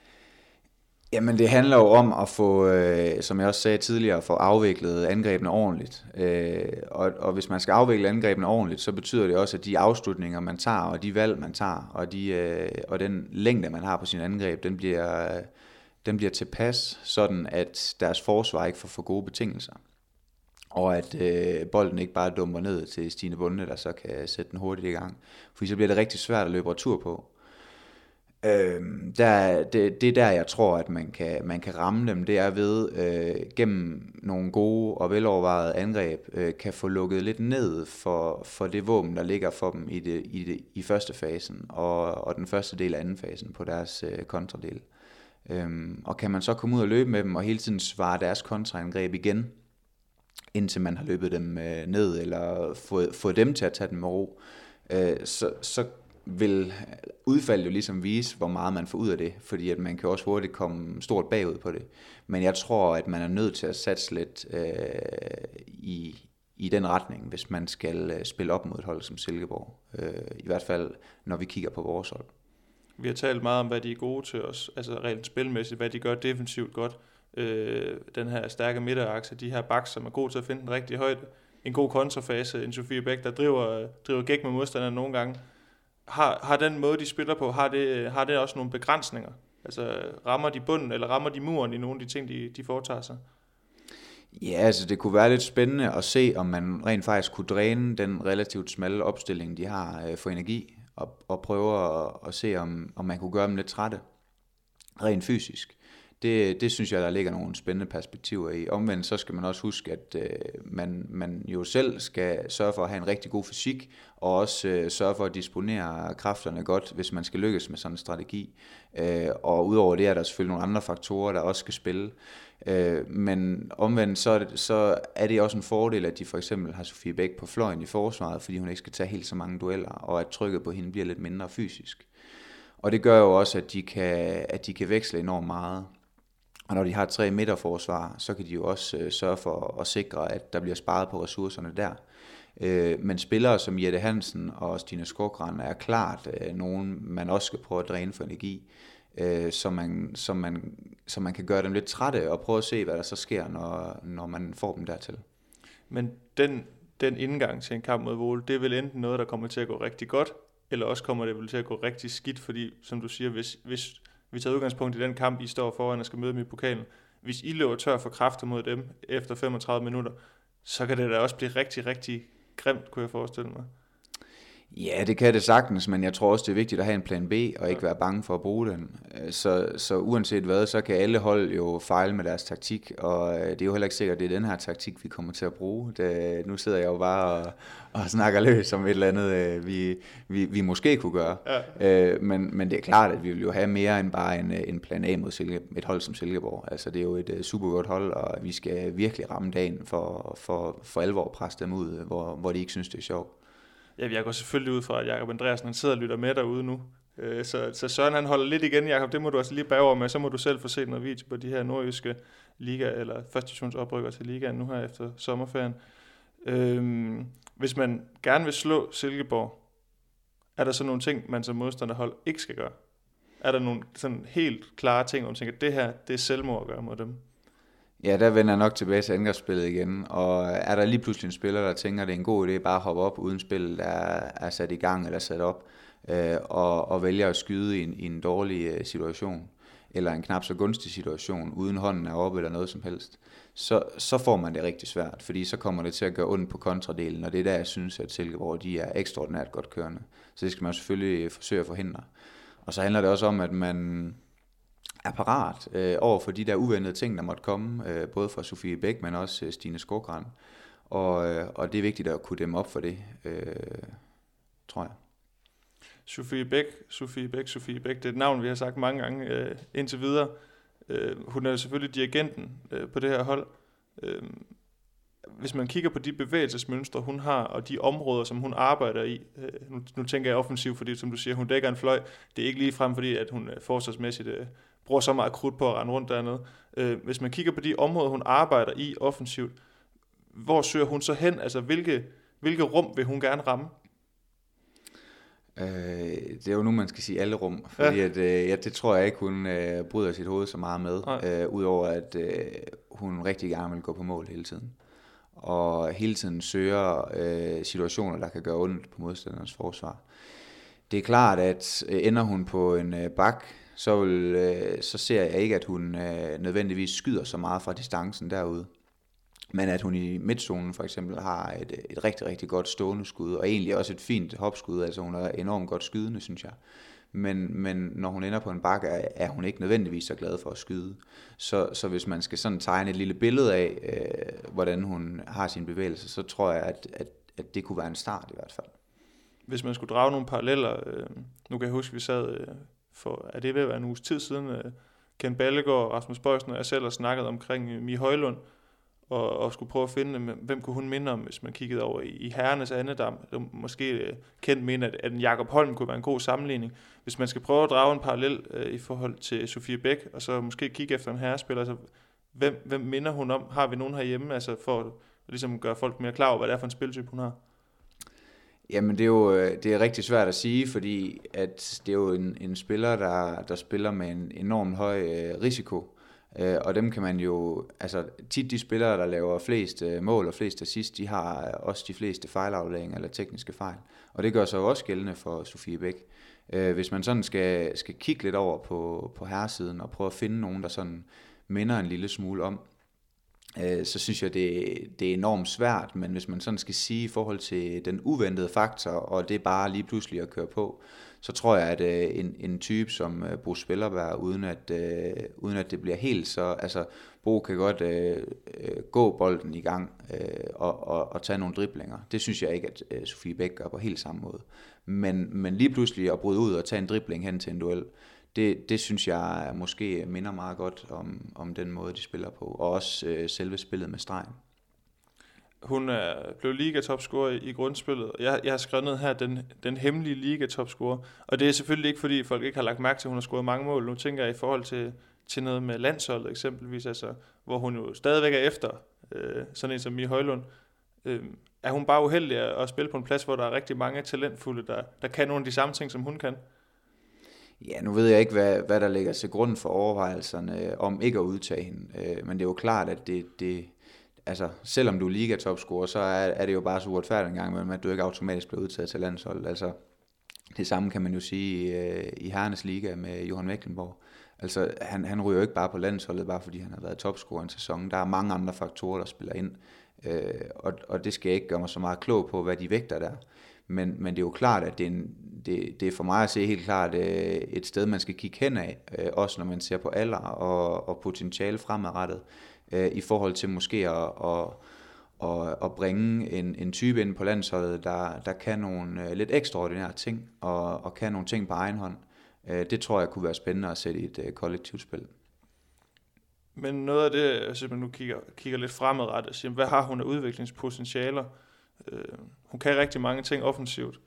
Jamen det handler jo om at få, øh, som jeg også sagde tidligere, få afviklet angrebene ordentligt. Øh, og, og hvis man skal afvikle angrebene ordentligt, så betyder det også, at de afslutninger, man tager, og de valg, man tager, og, de, øh, og den længde, man har på sin angreb, den bliver, den bliver tilpas, sådan at deres forsvar ikke får for gode betingelser. Og at øh, bolden ikke bare dumper ned til Stine Bunde, der så kan sætte den hurtigt i gang. Fordi så bliver det rigtig svært at løbe retur på. Øh, der, det, det er der, jeg tror, at man kan, man kan ramme dem. Det er ved, øh, gennem nogle gode og velovervejede angreb, øh, kan få lukket lidt ned for, for det våben, der ligger for dem i, det, i, det, i første fasen, og, og den første del af anden fasen på deres øh, kontradel. Øh, og kan man så komme ud og løbe med dem, og hele tiden svare deres kontraangreb igen, indtil man har løbet dem øh, ned, eller fået, fået dem til at tage dem med ro, øh, så, så vil udfaldet jo ligesom vise, hvor meget man får ud af det, fordi at man kan også hurtigt komme stort bagud på det. Men jeg tror, at man er nødt til at satse lidt øh, i, i den retning, hvis man skal øh, spille op mod et hold som Silkeborg. Øh, I hvert fald, når vi kigger på vores hold. Vi har talt meget om, hvad de er gode til os, altså rent spilmæssigt, hvad de gør defensivt godt. Øh, den her stærke midterakse, de her backs, som er gode til at finde den rigtige højde. En god kontrafase, en Sofie Bæk, der driver, driver gæk med modstanderne nogle gange. Har, har den måde, de spiller på, har det, har det også nogle begrænsninger? Altså rammer de bunden, eller rammer de muren i nogle af de ting, de, de foretager sig? Ja, altså det kunne være lidt spændende at se, om man rent faktisk kunne dræne den relativt smalle opstilling, de har øh, for energi, og, og prøve at, at se, om, om man kunne gøre dem lidt trætte, rent fysisk. Det, det synes jeg, der ligger nogle spændende perspektiver i. Omvendt så skal man også huske, at øh, man, man jo selv skal sørge for at have en rigtig god fysik, og også øh, sørge for at disponere kræfterne godt, hvis man skal lykkes med sådan en strategi. Øh, og udover det er der selvfølgelig nogle andre faktorer, der også skal spille. Øh, men omvendt så er, det, så er det også en fordel, at de for eksempel har Sofie Bæk på fløjen i forsvaret, fordi hun ikke skal tage helt så mange dueller, og at trykket på hende bliver lidt mindre fysisk. Og det gør jo også, at de kan, at de kan veksle enormt meget. Og når de har tre midterforsvar, så kan de jo også øh, sørge for at sikre, at der bliver sparet på ressourcerne der. Øh, men spillere som Jette Hansen og Stine Skogran er klart øh, nogen, man også skal prøve at dræne for energi, øh, så, man, så, man, så man kan gøre dem lidt trætte og prøve at se, hvad der så sker, når, når man får dem dertil. Men den, den indgang til en kamp mod Vole, det er vel enten noget, der kommer til at gå rigtig godt, eller også kommer det vel til at gå rigtig skidt, fordi som du siger, hvis... hvis vi tager udgangspunkt i den kamp, I står foran og skal møde dem i pokalen. Hvis I løber tør for kræfter mod dem efter femogtredive minutter, så kan det da også blive rigtig, rigtig grimt, kunne jeg forestille mig. Ja, det kan det sagtens, men jeg tror også, det er vigtigt at have en plan B, og ikke være bange for at bruge den. Så, så uanset hvad, så kan alle hold jo fejle med deres taktik, og det er jo heller ikke sikkert, at det er den her taktik, vi kommer til at bruge. Det, nu sidder jeg jo bare og, og snakker løs om et eller andet, vi, vi, vi måske kunne gøre. Ja. Men, men det er klart, at vi vil jo have mere end bare en, en plan A mod Silke, et hold som Silkeborg. Altså det er jo et super godt hold, og vi skal virkelig ramme dagen for, for, for alvor at presse dem ud, hvor, hvor de ikke synes, det er sjovt. Ja, jeg går selvfølgelig ud fra, at Jakob Andreasen han sidder og lytter med derude nu. Så, så Søren han holder lidt igen, Jakob, det må du altså lige bage over med. Så må du selv få set noget video på de her nordjyske liga, eller første divisionsoprykker til ligaen nu her efter sommerferien. Øhm, hvis man gerne vil slå Silkeborg, er der så nogle ting, man som modstanderhold ikke skal gøre? Er der nogle sådan helt klare ting, hvor man tænker, at det her, det er selvmord at gøre mod dem? Ja, der vender jeg nok tilbage til angrebsspillet igen, og er der lige pludselig en spiller, der tænker, at det er en god idé bare at hoppe op, uden spillet der er sat i gang eller sat op, øh, og, og vælger at skyde i en, i en dårlig situation, eller en knap så gunstig situation, uden hånden er oppe eller noget som helst, så, så får man det rigtig svært, fordi så kommer det til at gøre ondt på kontradelen, og det er der, jeg synes, at Silkeborg de er ekstraordinært godt kørende. Så det skal man selvfølgelig forsøge at forhindre. Og så handler det også om, at man er parat øh, over for de der uventede ting, der måtte komme, øh, både fra Sofie Bæk, men også øh, Stine Skogran. Og, øh, og det er vigtigt at kunne dæmme op for det, øh, tror jeg. Sofie Bæk, Sofie Bæk, Sofie Bæk, det er et navn, vi har sagt mange gange øh, indtil videre. Øh, hun er jo selvfølgelig dirigenten øh, på det her hold. Øh, hvis man kigger på de bevægelsesmønstre, hun har, og de områder, som hun arbejder i, øh, nu, nu tænker jeg offensivt, fordi som du siger, hun dækker en fløj. Det er ikke lige frem, fordi at hun forsvarsmæssigt øh, bruger så meget krudt på at rende rundt dernede. Øh, hvis man kigger på de områder, hun arbejder i offensivt, hvor søger hun så hen? Altså, hvilke, hvilke rum vil hun gerne ramme? Øh, det er jo nu, man skal sige alle rum, fordi ja. At, øh, ja, det tror jeg ikke, hun øh, bryder sit hoved så meget med, øh, udover at øh, hun rigtig gerne vil gå på mål hele tiden. Og hele tiden søger øh, situationer, der kan gøre ondt på modstanderens forsvar. Det er klart, at øh, ender hun på en øh, bak, så, vil, øh, så ser jeg ikke, at hun øh, nødvendigvis skyder så meget fra distancen derude. Men at hun i midtzonen for eksempel har et, et rigtig, rigtig godt stående skud, og egentlig også et fint hopskud, altså hun er enormt godt skydende, synes jeg. Men, men når hun ender på en bakke, er, er hun ikke nødvendigvis så glad for at skyde. Så, så hvis man skal sådan tegne et lille billede af, øh, hvordan hun har sin bevægelse, så tror jeg, at, at, at det kunne være en start i hvert fald. Hvis man skulle drage nogle paralleller, øh, nu kan jeg huske, vi sad øh, for, er det ved at være en uges tid siden, øh, Ken Ballegaard, Rasmus Bøjsen og jeg selv har snakket omkring øh, Mie Højlund, og, og skulle prøve at finde, hvem kunne hun minde om, hvis man kiggede over i, i herrenes andedam. Måske øh, kendt minde, at, at Jakob Holm kunne være en god sammenligning. Hvis man skal prøve at drage en parallel øh, i forhold til Sofie Bæk, og så måske kigge efter en herrespiller, altså, hvem, hvem minder hun om? Har vi nogen herhjemme, altså for at, at ligesom gøre folk mere klar over, hvad det er for en spiltype, hun har? Jamen det er jo det er rigtig svært at sige, fordi at det er jo en, en spiller, der, der spiller med en enormt høj øh, risiko. Uh, og dem kan man jo, altså tit de spillere, der laver flest uh, mål og flest assist, de har også de fleste fejlafleveringer eller tekniske fejl. Og det gør sig også gældende for Sofie Bæk. Uh, hvis man sådan skal, skal kigge lidt over på, på herresiden og prøve at finde nogen, der sådan minder en lille smule om, uh, så synes jeg, det, det er enormt svært. Men hvis man sådan skal sige i forhold til den uventede faktor, og det er bare lige pludselig at køre på, så tror jeg, at øh, en, en type som øh, Bo Spillerberg, uden at, øh, uden at det bliver helt så, altså Bo kan godt øh, øh, gå bolden i gang øh, og, og, og tage nogle driblinger. Det synes jeg ikke, at øh, Sofie Bæk gør på helt samme måde. Men, men lige pludselig at bryde ud og tage en dribling hen til en duel, det, det synes jeg måske minder meget godt om, om den måde, de spiller på, og også øh, selve spillet med stregen. Hun er blevet liga-topscorer i grundspillet. Jeg, jeg har skrevet ned her, den, den hemmelige liga-topscorer. Og det er selvfølgelig ikke, fordi folk ikke har lagt mærke til, at hun har scoret mange mål. Nu tænker jeg i forhold til, til noget med landsholdet eksempelvis, altså, hvor hun jo stadigvæk er efter, øh, sådan en som Mie Højlund. Øh, er hun bare uheldig at spille på en plads, hvor der er rigtig mange talentfulde, der, der kan nogle af de samme ting, som hun kan? Ja, nu ved jeg ikke, hvad, hvad der ligger til grund for overvejelserne om ikke at udtage hende. Øh, men det er jo klart, at det... det Altså, selvom du er liga-topscorer, så er, er det jo bare så uretfærdigt en gang imellem, at du ikke automatisk bliver udtaget til landsholdet. Altså, det samme kan man jo sige i, i herrenes liga med Johan Mecklenborg. Altså, han, han ryger jo ikke bare på landsholdet, bare fordi han har været topscorer en sæson. Der er mange andre faktorer, der spiller ind, øh, og, og det skal jeg ikke gøre mig så meget klog på, hvad de vægter der. Men, men det er jo klart, at det er, en, det, det er for mig at se helt klart øh, et sted, man skal kigge hen af, øh, også når man ser på alder og, og potentiale fremadrettet, i forhold til måske at, at, at, at bringe en, en type ind på landsholdet, der, der kan nogle lidt ekstraordinære ting, og, og kan nogle ting på egen hånd. Det tror jeg kunne være spændende at sætte i et kollektivt spil. Men noget af det, altså man nu kigger, kigger lidt fremadrettet, siger, hvad har hun af udviklingspotentialer? Hun kan rigtig mange ting offensivt.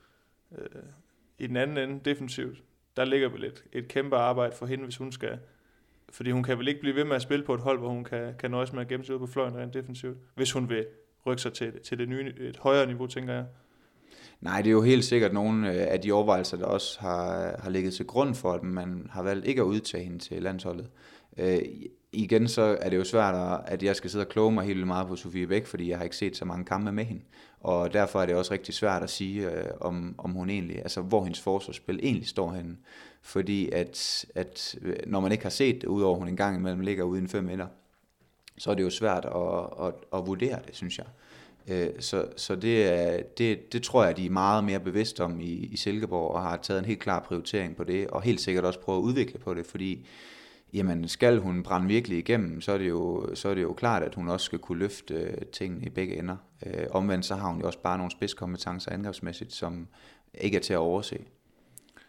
I den anden ende, defensivt, der ligger vel et, et kæmpe arbejde for hende, hvis hun skal... Fordi hun kan vel ikke blive ved med at spille på et hold, hvor hun kan, kan nøjes med at gemme sig ud på fløjen rent defensivt, hvis hun vil rykke sig til, til det nye, et højere niveau, tænker jeg. Nej, det er jo helt sikkert nogle af de overvejelser, der også har, har ligget til grund for, at man har valgt ikke at udtage hende til landsholdet. Øh, igen så er det jo svært, at jeg skal sidde og kloge mig helt meget på Sofie Bæk, fordi jeg har ikke set så mange kampe med hende. Og derfor er det også rigtig svært at sige, øh, om, om hun egentlig, altså hvor hendes forsvarsspil egentlig står henne. Fordi at, at når man ikke har set det, udover hun en gang imellem ligger uden fem ender, så er det jo svært at, at, at vurdere det, synes jeg. Så, så det, er, det, det tror jeg, de er meget mere bevidst om i, i Silkeborg, og har taget en helt klar prioritering på det, og helt sikkert også prøvet at udvikle på det, fordi jamen, skal hun brænde virkelig igennem, så er, det jo, så er det jo klart, at hun også skal kunne løfte tingene i begge ender. Omvendt så har hun jo også bare nogle spidskompetencer angrebsmæssigt, som ikke er til at overse.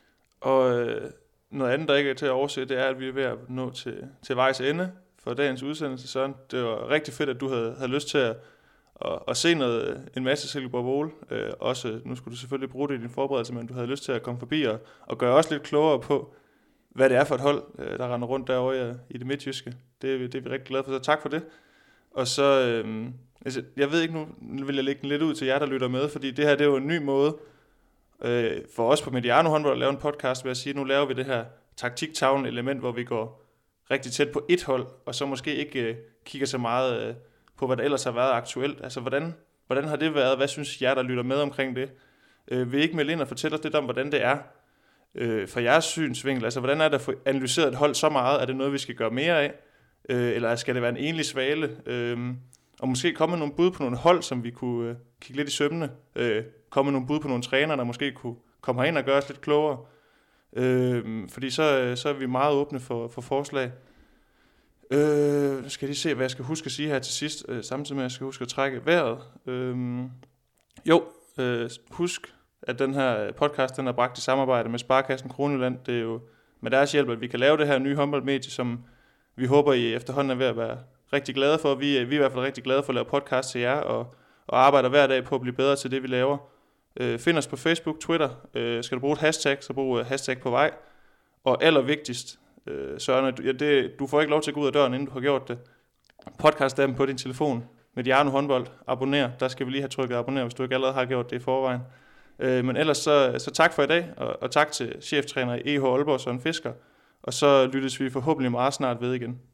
Og øh, noget andet, der ikke er til at overse, det er, at vi er ved at nå til, til vejs ende for dagens udsendelse, Søren. Det var rigtig fedt, at du havde, havde lyst til at, at, at se noget, en masse Silkeborg Bol. Øh, også, nu skulle du selvfølgelig bruge det i din forberedelse, men du havde lyst til at komme forbi og, og gøre os lidt klogere på, hvad det er for et hold, øh, der render rundt derovre i, i det midtjyske. Det, det er vi rigtig glade for, så tak for det. Og så, øh, altså, jeg ved ikke, nu vil jeg lægge den lidt ud til jer, der lytter med, fordi det her, det er jo en ny måde øh, for os på Mediano Håndbold at lave en podcast, ved at sige, nu laver vi det her taktiktavlen-element, hvor vi går rigtig tæt på et hold, og så måske ikke øh, kigger så meget øh, på, hvad der ellers har været aktuelt. Altså, hvordan, hvordan har det været? Hvad synes jer, der lytter med omkring det? Øh, vil I ikke melde ind og fortælle os lidt om, hvordan det er øh, fra jeres synsvinkel? Altså, hvordan er det at få analyseret et hold så meget? Er det noget, vi skal gøre mere af? Øh, eller skal det være en enlig svale? Øh, og måske komme nogle bud på nogle hold, som vi kunne øh, kigge lidt i sømmene. Øh, komme nogle bud på nogle trænere, der måske kunne komme herind og gøre os lidt klogere. Øh, fordi så, så er vi meget åbne for, for forslag. Øh, skal lige se, hvad jeg skal huske at sige her til sidst, øh, samtidig med at jeg skal huske at trække vejret. Øh, jo, øh, husk, at den her podcast, den er bragt i samarbejde med Sparekassen Kronjylland. Det er jo med deres hjælp, at vi kan lave det her nye håndboldmedie, som vi håber, I efterhånden er ved at være rigtig glade for. Vi er, vi er i hvert fald rigtig glade for at lave podcast til jer, og, og arbejder hver dag på at blive bedre til det, vi laver. Øh, find os på Facebook, Twitter. Øh, skal du bruge et hashtag, så brug uh, hashtag på vej. Og allervigtigst, øh, Søren, ja, det, du får ikke lov til at gå ud af døren, inden du har gjort det. Podcast-appen på din telefon, Mediano Håndbold. Abonner. Der skal vi lige have trykket abonner, hvis du ikke allerede har gjort det i forvejen. Øh, men ellers så, så tak for i dag, og, og tak til cheftræner i E H Aalborg, Søren Fisker. Og så lyttes vi forhåbentlig meget snart ved igen.